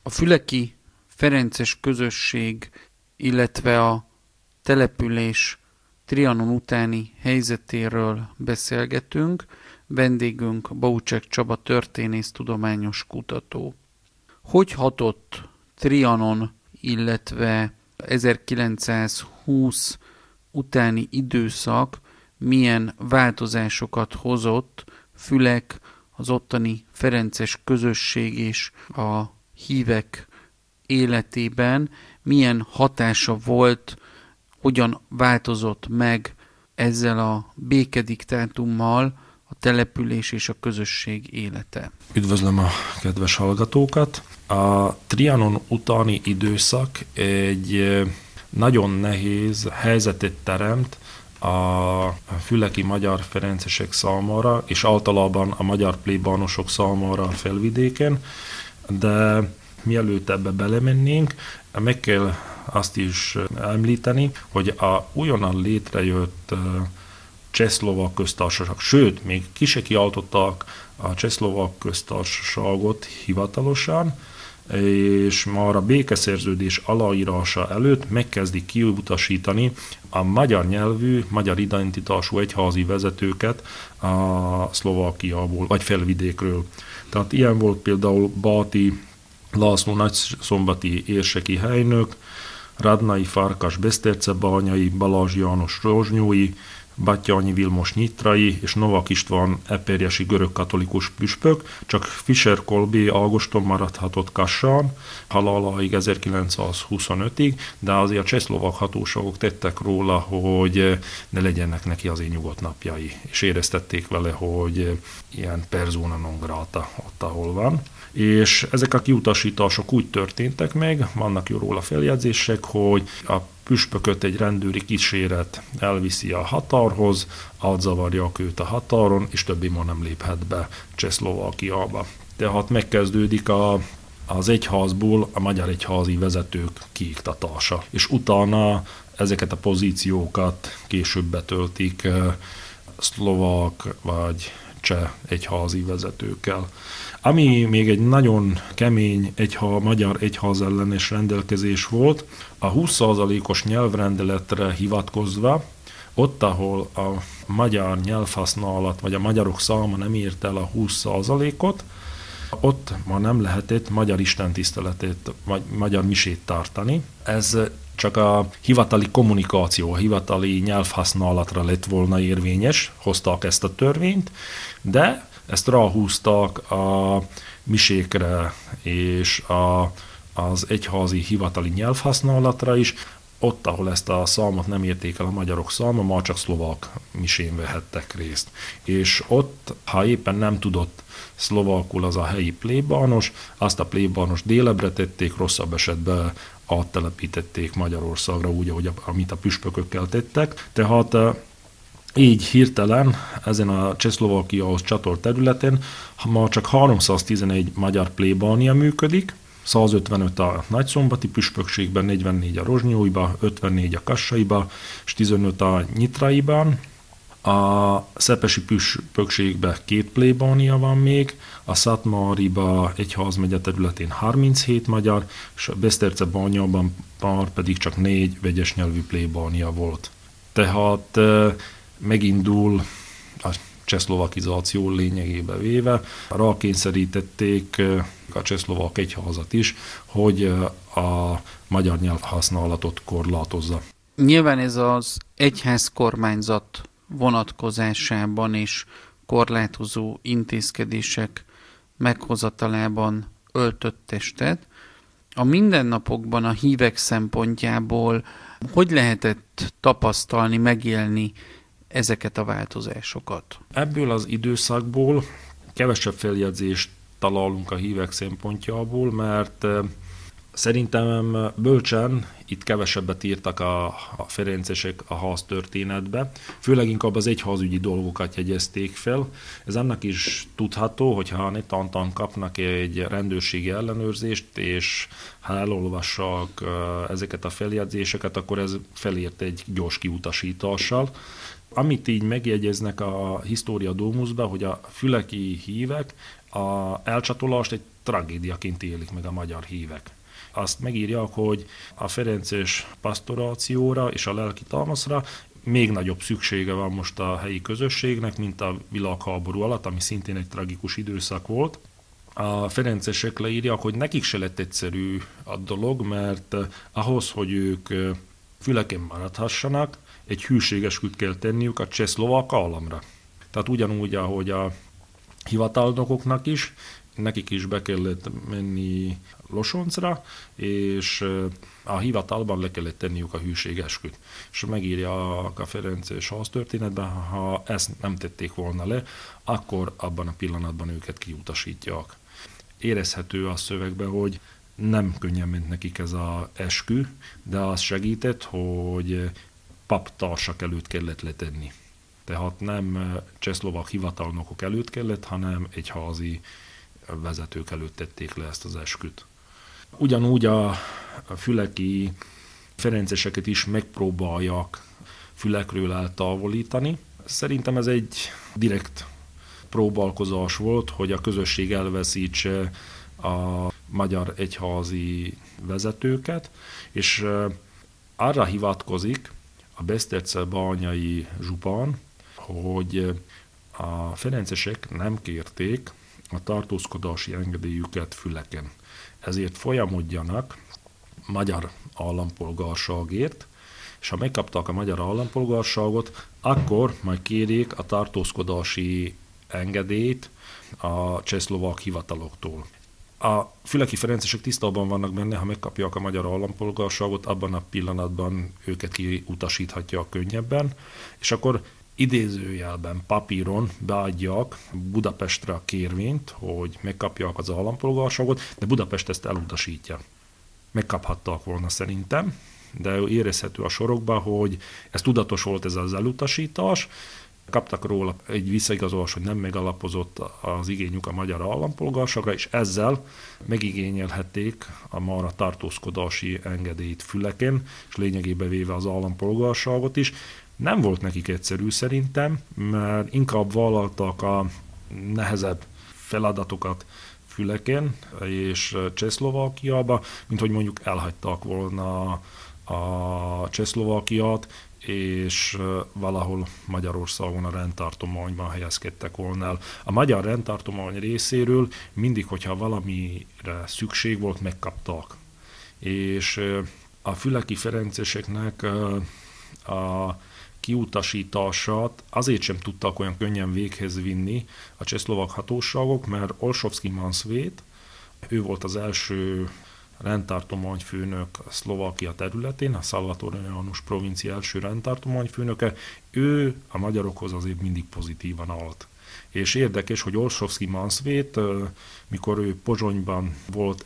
A füleki ferences közösség, illetve a település Trianon utáni helyzetéről beszélgetünk. Vendégünk Baucsek Csaba történész, tudományos kutató. Hogy hatott Trianon, illetve 1920 utáni időszak milyen változásokat hozott Fülek, az ottani ferences közösség és a hívek életében, milyen hatása volt, hogyan változott meg ezzel a békediktátummal a település és a közösség élete. Üdvözlöm a kedves hallgatókat! A Trianon utáni időszak egy nagyon nehéz helyzetet teremt a füleki magyar ferencesek számára, és általában a magyar plébánosok számára a felvidéken, de mielőtt ebbe belemennénk, meg kell azt is említeni, hogy a újonnan létrejött csehszlovák köztársaság, sőt, még ki se kiáltották a csehszlovák köztársaságot hivatalosan, és már a békeszerződés aláírása előtt megkezdik kiutasítani a magyar nyelvű, magyar identitású egyházi vezetőket a Szlovákiából, vagy felvidékről. Tehát ilyen volt például Báti László nagyszombati érseki helynök, Radnai Farkas Besztercebányai, Balázs János Rozsnyói, Battyányi Vilmos Nyitrai és Novák István eperjesi görögkatolikus püspök, csak Fischer Kolbé Ágoston maradhatott Kassán, haláláig 1925-ig, de azért a csehszlovák hatóságok tettek róla, hogy ne legyenek neki azért nyugodt napjai, és éreztették vele, hogy ilyen persona non grata ott, ahol van. És ezek a kiutasítások úgy történtek meg, vannak jó róla feljegyzések, hogy a püspököt egy rendőri kíséret elviszi a határhoz, átzavarják őt a határon, és többé ma nem léphet be Csehszlovákiába. Tehát megkezdődik az egyházból a magyar egyházi vezetők kiiktatása, és utána ezeket a pozíciókat később betöltik szlovák vagy cseh egyházi vezetőkkel. Ami még egy nagyon kemény magyar egyház ellenes rendelkezés volt, a 20%-os nyelvrendeletre hivatkozva, ott, ahol a magyar nyelvhasználat, vagy a magyarok száma nem ért el a 20%-ot, ott ma nem lehetett magyar istentiszteletét, vagy magyar misét tartani. Ez csak a hivatali kommunikáció, a hivatali nyelvhasználatra lett volna érvényes, hozták ezt a törvényt, de ezt ráhúztak a misékre és az egyházi hivatali nyelvhasználatra is. Ott, ahol ezt a számot nem érték el a magyarok száma, már csak szlovák misén vehettek részt. És ott, ha éppen nem tudott szlovákul az a helyi plébános, azt a plébános délebbre tették, rosszabb esetben áttelepítették Magyarországra úgy, ahogy amit a püspökökkel tettek. Tehát így hirtelen ezen a Csehszlovákiához csatolt területen ma csak 311 magyar plébánia működik, 155 a nagyszombati püspökségben, 44 a Rozsnyóiba, 54 a Kassaiba, és 15 a Nyitraiban. A szepesi püspökségben 2 plébánia van még, a Szatmáriba egyházmegye területén 37 magyar, és a Besztercebányában már pedig csak 4 vegyes nyelvű plébánia volt. Tehát megindul a csehszlovakizáció lényegébe véve. Rákényszerítették a csehszlovák egyházat is, hogy a magyar nyelvhasználatot korlátozza. Nyilván ez az egyházkormányzat vonatkozásában és korlátozó intézkedések meghozatalában öltött testet. A mindennapokban a hívek szempontjából hogy lehetett tapasztalni, megélni ezeket a változásokat? Ebből az időszakból kevesebb feljegyzést találunk a hívek szempontjából, mert szerintem bölcsen itt kevesebbet írtak a ferencesek a ház történetbe, főleg inkább az egyházügyi dolgokat jegyezték fel. Ez annak is tudható, hogyha netán kapnak egy rendőrségi ellenőrzést, és ha elolvassák ezeket a feljegyzéseket, akkor ez felért egy gyors kiutasítással. Amit így megjegyeznek a Historia Domusba, hogy a füleki hívek a elcsatolást egy tragédiaként élik meg a magyar hívek. Azt megírja, hogy a ferences pastorációra és a lelki támaszra még nagyobb szüksége van most a helyi közösségnek, mint a világháború alatt, ami szintén egy tragikus időszak volt. A ferencesek leírják, hogy nekik se lett egyszerű a dolog, mert ahhoz, hogy ők Füleken maradhassanak, egy hűségesküt kell tenniük a cseh-szlovák államra. Tehát ugyanúgy, ahogy a hivatalnokoknak is, nekik is be kellett menni Losoncra, és a hivatalban le kellett tenniük a hűségesküt. És megírja a ferences haztörténetben, ha ezt nem tették volna le, akkor abban a pillanatban őket kiutasítják. Érezhető a szövegben, hogy nem könnyen ment nekik ez az eskü, de az segített, hogy paptársak előtt kellett letenni. Tehát nem csehszlovák hivatalnokok előtt kellett, hanem egyházi vezetők előtt tették le ezt az esküt. Ugyanúgy a füleki ferenceseket is megpróbálják Fülekről eltávolítani. Szerintem ez egy direkt próbálkozás volt, hogy a közösség elveszítse a magyar egyházi vezetőket, és arra hivatkozik a besztercebányai zsupán, hogy a ferencesek nem kérték a tartózkodási engedélyüket Füleken. Ezért folyamodjanak magyar állampolgárságért, és ha megkaptak a magyar állampolgárságot, akkor majd kérjék a tartózkodási engedélyt a csehszlovák hivataloktól. A füleki ferencesek tisztában vannak benne, ha megkapják a magyar állampolgárságot, abban a pillanatban őket kiutasíthatják könnyebben, és akkor idézőjelben, papíron beadják Budapestre a kérvényt, hogy megkapják az állampolgárságot, de Budapest ezt elutasítja. Megkaphatták volna szerintem, de érezhető a sorokban, hogy ez tudatos volt ez az elutasítás, kaptak róla egy visszaigazolás, hogy nem megalapozott az igényük a magyar állampolgárságra, és ezzel megigényelhették a mára tartózkodási engedélyt Füleken, és lényegében véve az állampolgárságot is. Nem volt nekik egyszerű szerintem, mert inkább vállaltak a nehezebb feladatokat Füleken és Csehszlovákiába, mint hogy mondjuk elhagyták volna a Csehszlovákiát, és valahol Magyarországon a rendtartományban helyezkedtek volna el. A magyar rendtartomány részéről mindig, hogyha valamire szükség volt, megkapták. És a füleki ferenceseknek a kiutasítását azért sem tudtak olyan könnyen véghez vinni a csehszlovák hatóságok, mert Olsovszky Manszvét, ő volt az első rendtartományfőnök Szlovákia területén, a Szalvatorianus provincia első rendtartományfőnöke, ő a magyarokhoz azért mindig pozitívan állt. És érdekes, hogy Olsovszky Manszvét, mikor ő Pozsonyban volt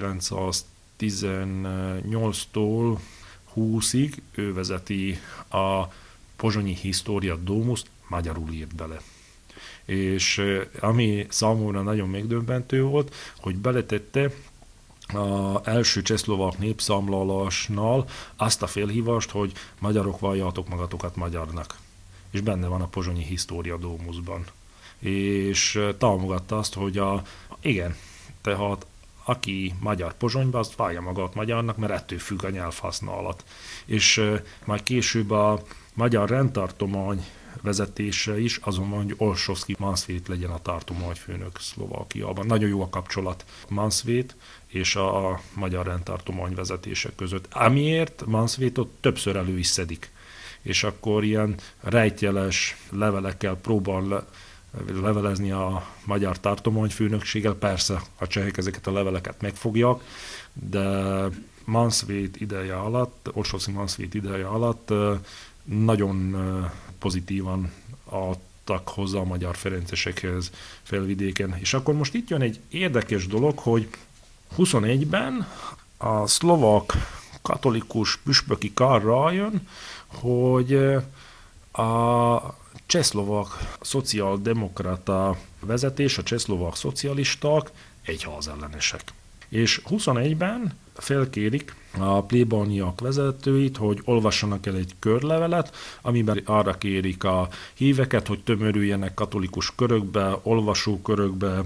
1918-tól 20-ig, ő vezeti a pozsonyi História Domuszt, magyarul írt bele. És ami számomra nagyon megdöbbentő volt, hogy beletette az első csehszlovák népszámlálásnál azt a felhívást, hogy magyarok, valljátok magatokat magyarnak. És benne van a pozsonyi História Domusban. És támogatta azt, hogy igen, tehát aki magyar Pozsonyban, azt vallja magát magyarnak, mert ettől függ a nyelvhasználat. És majd később a magyar rendtartomány vezetése is, azonban, hogy Olsovszky Manszvét legyen a tartományfőnök Szlovákiában. Nagyon jó a kapcsolat Manszvét és a magyar rendtartomány vezetése között. Amiért Manszvétot többször elő is szedik. És akkor ilyen rejtjeles levelekkel próbál levelezni a magyar tartományfőnökséggel. Persze a csehek ezeket a leveleket megfogják, de Manszvét ideje alatt, Olsovszky Manszvét ideje alatt nagyon pozitívan adtak hozzá a magyar ferencesekhez Felvidéken. És akkor most itt jön egy érdekes dolog, hogy 21-ben a szlovák katolikus püspöki kar rájön, hogy a csehszlovák szociáldemokrata vezetés, a csehszlovák szocialisták egyházellenesek. És 21-ben felkérik a plébániak vezetőit, hogy olvassanak el egy körlevelet, amiben arra kérik a híveket, hogy tömörüljenek katolikus körökbe, olvasókörökbe,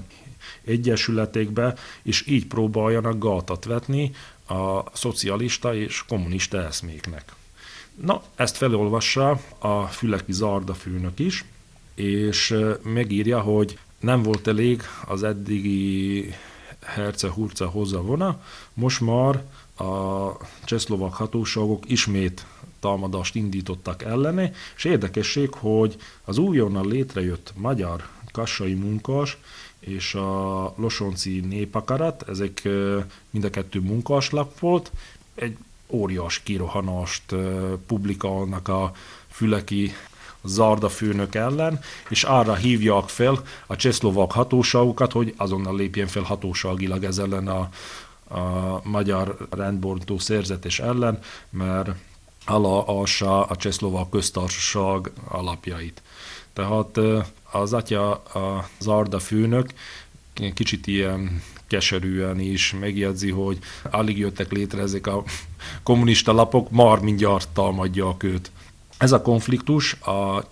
egyesületekbe, és így próbáljanak gátat vetni a szocialista és kommunista eszméknek. Na, ezt felolvassa a füleki Zarda főnök is, és megírja, hogy nem volt elég az eddigi herce-hurca hozzavona, most már a csehszlovák hatóságok ismét támadást indítottak ellene, és érdekesség, hogy az újonnan létrejött magyar kassai munkás és a losonci népakarat, ezek mind a kettő munkáslap volt, egy óriás kirohanást publikálnak a füleki Zarda főnök ellen, és arra hívják fel a csehszlovák hatóságokat, hogy azonnal lépjen fel hatóságilag ez ellen a magyar rendbontó szerzetes ellen, mert aláássa a csehszlovák köztársaság alapjait. Tehát az atya, a Zarda főnök kicsit ilyen keserűen is megjegyzi, hogy alig jöttek létre ezek a kommunista lapok, már mindjárt támadják őt. Ez a konfliktus a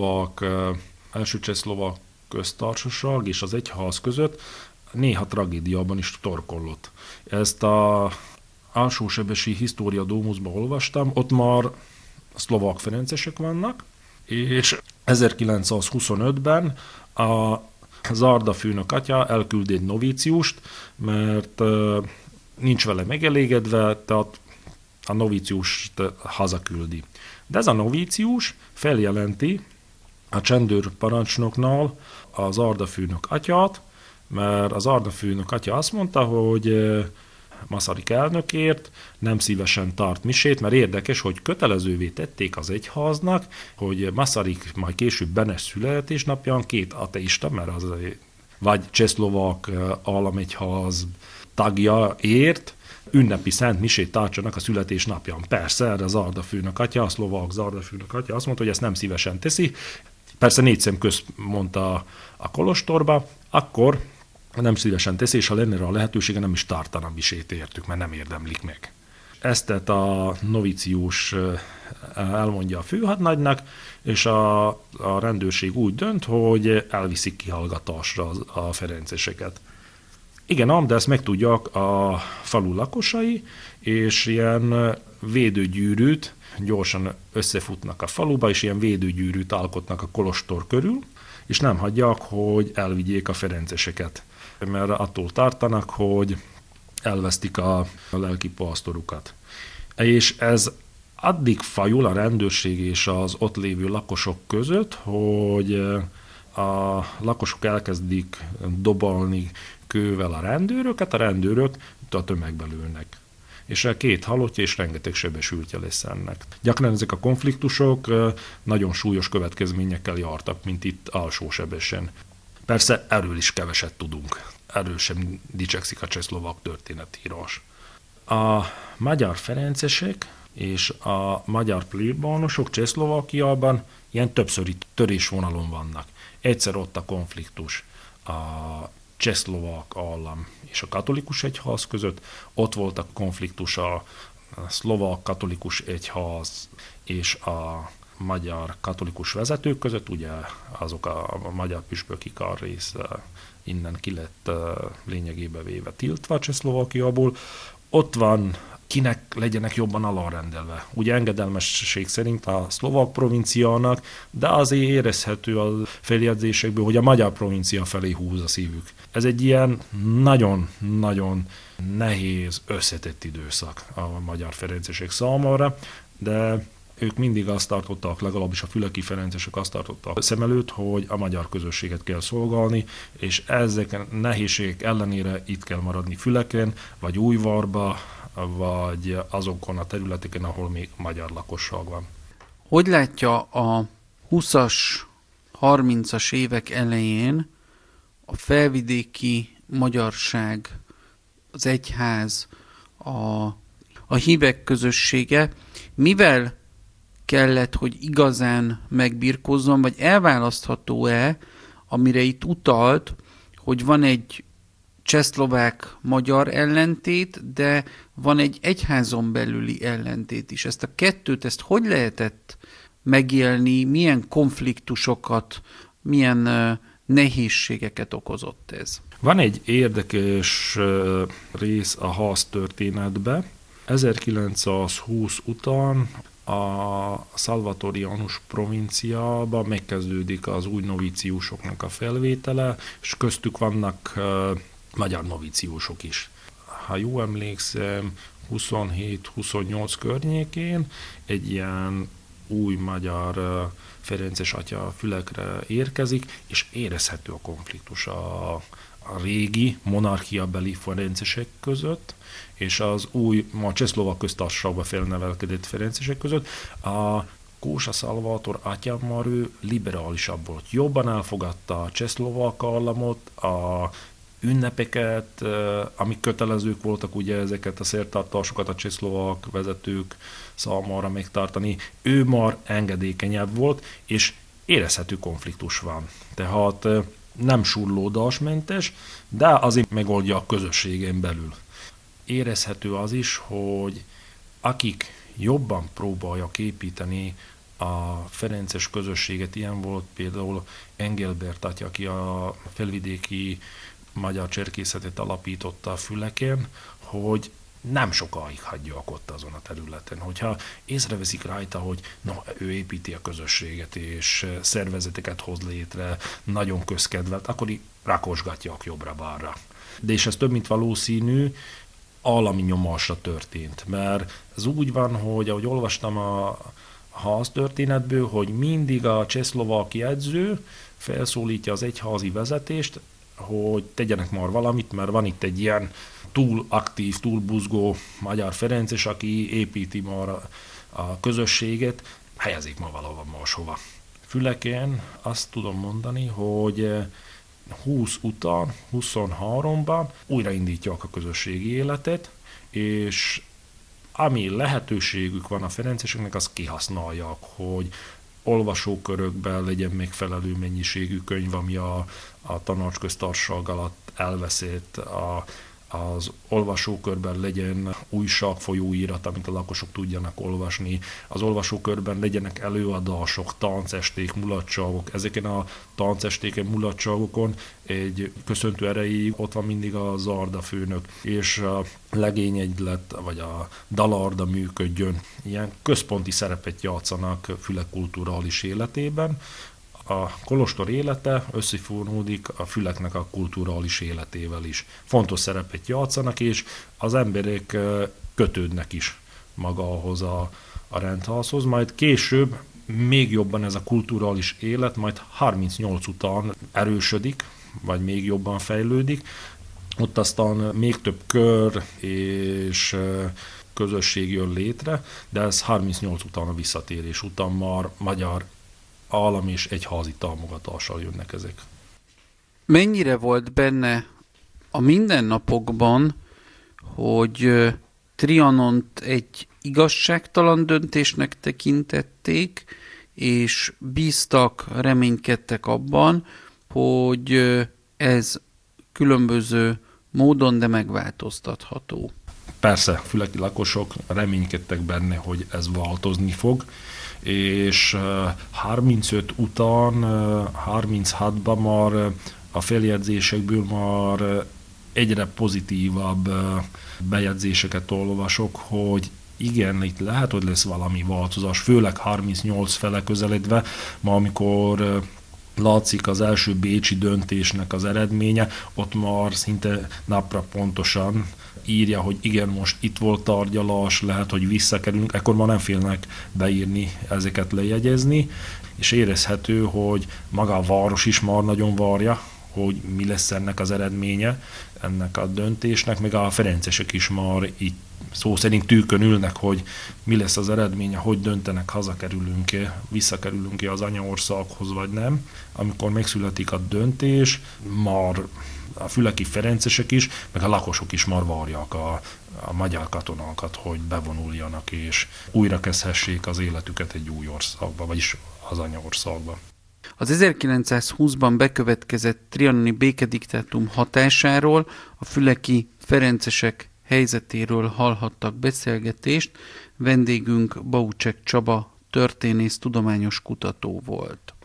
első csehszlovák köztársaság és az egyház között néha tragédiában is torkollott. Ezt a Alsósebesi História Domusban olvastam, ott már szlovák ferencesek vannak, és 1925-ben a Zarda főnök atya elküld egy novíciust, mert nincs vele megelégedve, tehát a novíciust hazaküldi. De ez a novícius feljelenti a csendőr parancsnoknál az Zarda főnök atyát, mert az Zarda főnök atya azt mondta, hogy Masaryk elnökért nem szívesen tart misét, mert érdekes, hogy kötelezővé tették az egyháznak, hogy Masaryk majd később Benes születésnapján két ateista, mert az vagy csehszlovák államegyház tagjaért ünnepi szent misét tartsanak a születésnapján. Persze, erre a Zarda főnök atya, a szlovák Zarda főnök atya azt mondta, hogy ezt nem szívesen teszi. Persze 4 szem közt mondta a kolostorba, akkor nem szívesen teszi, és ha lenne rá a lehetősége, nem is tartana misét értük, mert nem érdemlik meg. Ezt a novícius elmondja a főhadnagynak, és a rendőrség úgy dönt, hogy elviszik kihallgatásra a ferenceseket. Igen, ám, de ezt megtudják a falu lakosai, és ilyen védőgyűrűt gyorsan összefutnak a faluba, és ilyen védőgyűrűt alkotnak a kolostor körül, és nem hagyják, hogy elvigyék a ferenceseket, mert attól tartanak, hogy elvesztik a lelki pásztorukat. És ez addig fajul a rendőrség és az ott lévő lakosok között, hogy a lakosok elkezdik dobolni kővel a rendőrök a tömegbe lőnek. És 2 halott és rengeteg sebesültje lesz ennek. Gyakran ezek a konfliktusok nagyon súlyos következményekkel jártak, mint itt Alsósebesen. Persze erről is keveset tudunk. Erről sem dicsekszik a csehszlovák történetírás. A magyar ferencesek és a magyar plébánosok Csehszlovákiában ilyen többszöri törésvonalon vannak. Egyszer ott a konfliktus a csehszlovák állam és a katolikus egyház között, ott volt a konfliktus a szlovák katolikus egyház és a magyar katolikus vezetők között, ugye azok a magyar püspöki karrész innen ki lett lényegébe véve tiltva Csehszlovákiából. Ott van, kinek legyenek jobban alárendelve. Ugye engedelmesség szerint a szlovák provinciának, de azért érezhető a feljegyzésekből, hogy a magyar provincia felé húz a szívük. Ez egy ilyen nagyon-nagyon nehéz, összetett időszak a magyar ferencesek számára, de ők mindig azt tartottak, legalábbis a füleki ferencesek azt tartottak szem előtt, hogy a magyar közösséget kell szolgálni, és ezek nehézségek ellenére itt kell maradni Füleken, vagy Újvarba, vagy azokon a területeken, ahol még magyar lakosság van. Hogy látja a 20-as, 30-as évek elején a felvidéki magyarság, az egyház, a hívek közössége, mivel kellett, hogy igazán megbirkózzon, vagy elválasztható-e, amire itt utalt, hogy van egy csehszlovák-magyar ellentét, de van egy egyházon belüli ellentét is. Ezt a kettőt, hogy lehetett megélni, milyen konfliktusokat, milyen nehézségeket okozott ez? Van egy érdekes rész a Haasz történetbe. 1920 után a Salvatorianus provinciában megkezdődik az új novíciusoknak a felvétele, és köztük vannak magyar novíciusok is. Ha jól emlékszem, 27-28 környékén egy ilyen új magyar ferences atya fülekre érkezik, és érezhető a konfliktus a régi monarchiabeli ferencesek között, és az új, ma Csehszlovák köztársaságban felnevelkedett ferencesek között. A Kósa Salvator atya már ő liberálisabb volt. Jobban elfogadta a csehszlovák államot, a ünnepeket, amik kötelezők voltak, ugye ezeket a szertartásokat a csehszlovák vezetők számára megtartani. Ő már engedékenyebb volt, és érezhető konfliktus van. Tehát nem surlódásmentes, de azért megoldja a közösségen belül. Érezhető az is, hogy akik jobban próbálják építeni a ferences közösséget, ilyen volt például Engelbert atya, aki a felvidéki magyar cserkészetet alapította a Füleken, hogy nem sokáig hagyják ott azon a területen. Hogyha észreveszik rajta, hogy ő építi a közösséget, és szervezeteket hoz létre, nagyon közkedvelt, akkor rakosgatják jobbra-balra. De és ez több mint valószínű, állami nyomásra történt. Mert ez úgy van, hogy ahogy olvastam a Haasz történetből, hogy mindig a csehszlovák jegyző felszólítja az egyházi vezetést, hogy tegyenek már valamit, mert van itt egy ilyen túl aktív, túl buzgó magyar ferences, aki építi már a közösséget, helyezik ma valahol máshova. Füleken azt tudom mondani, hogy 20 után, 23-ban újraindítják a közösségi életet, és ami lehetőségük van a ferenceseknek, az kihasználják, hogy olvasókörökben legyen megfelelő mennyiségű könyv, ami a tanácsköztársaság alatt elveszett, az olvasókörben legyen újság, folyóirat, amit a lakosok tudjanak olvasni, az olvasókörben legyenek előadások, táncesték, mulatságok. Ezeken a táncestéken, mulatságokon egy köszöntő erejéig ott van mindig a zárda főnök, és a legényegylet, vagy a dalarda működjön. Ilyen központi szerepet játszanak Fülek kulturális életében. A kolostor élete összefonódik a Füleknek a kulturális életével is. Fontos szerepet játszanak, és az emberek kötődnek is magához a rendházhoz. Majd később még jobban ez a kulturális élet, majd 38 után erősödik, vagy még jobban fejlődik. Ott aztán még több kör és közösség jön létre, de ez 38 után a visszatérés után már magyar állam és egyházi támogatással jönnek ezek. Mennyire volt benne a mindennapokban, hogy Trianont egy igazságtalan döntésnek tekintették, és bíztak, reménykedtek abban, hogy ez különböző módon, de megváltoztatható. Persze, füleki lakosok reménykedtek benne, hogy ez változni fog, és 35 után, 36-ban már a feljegyzésekből már egyre pozitívabb bejegyzéseket olvasok, hogy igen, itt lehet, hogy lesz valami változás, főleg 38 fele közeledve, ma amikor látszik az első bécsi döntésnek az eredménye, ott már szinte napra pontosan írja, hogy igen, most itt volt tárgyalás, lehet, hogy visszakerülünk, ekkor már nem félnek beírni, ezeket lejegyezni, és érezhető, hogy maga a város is már nagyon várja, hogy mi lesz ennek az eredménye, ennek a döntésnek, meg a ferencesek is már így szó szerint tűkön ülnek, hogy mi lesz az eredménye, hogy döntenek, hazakerülünk-e, visszakerülünk-e az anyaországhoz, vagy nem. Amikor megszületik a döntés, már a füleki ferencesek is, meg a lakosok is már várják a magyar katonákat, hogy bevonuljanak, és újra kezdhessék az életüket egy új országba, vagyis az anyaországba. Az 1920-ban bekövetkezett trianoni békediktátum hatásáról a füleki ferencesek helyzetéről hallhattak beszélgetést. Vendégünk Baucsek Csaba, történész, tudományos kutató volt.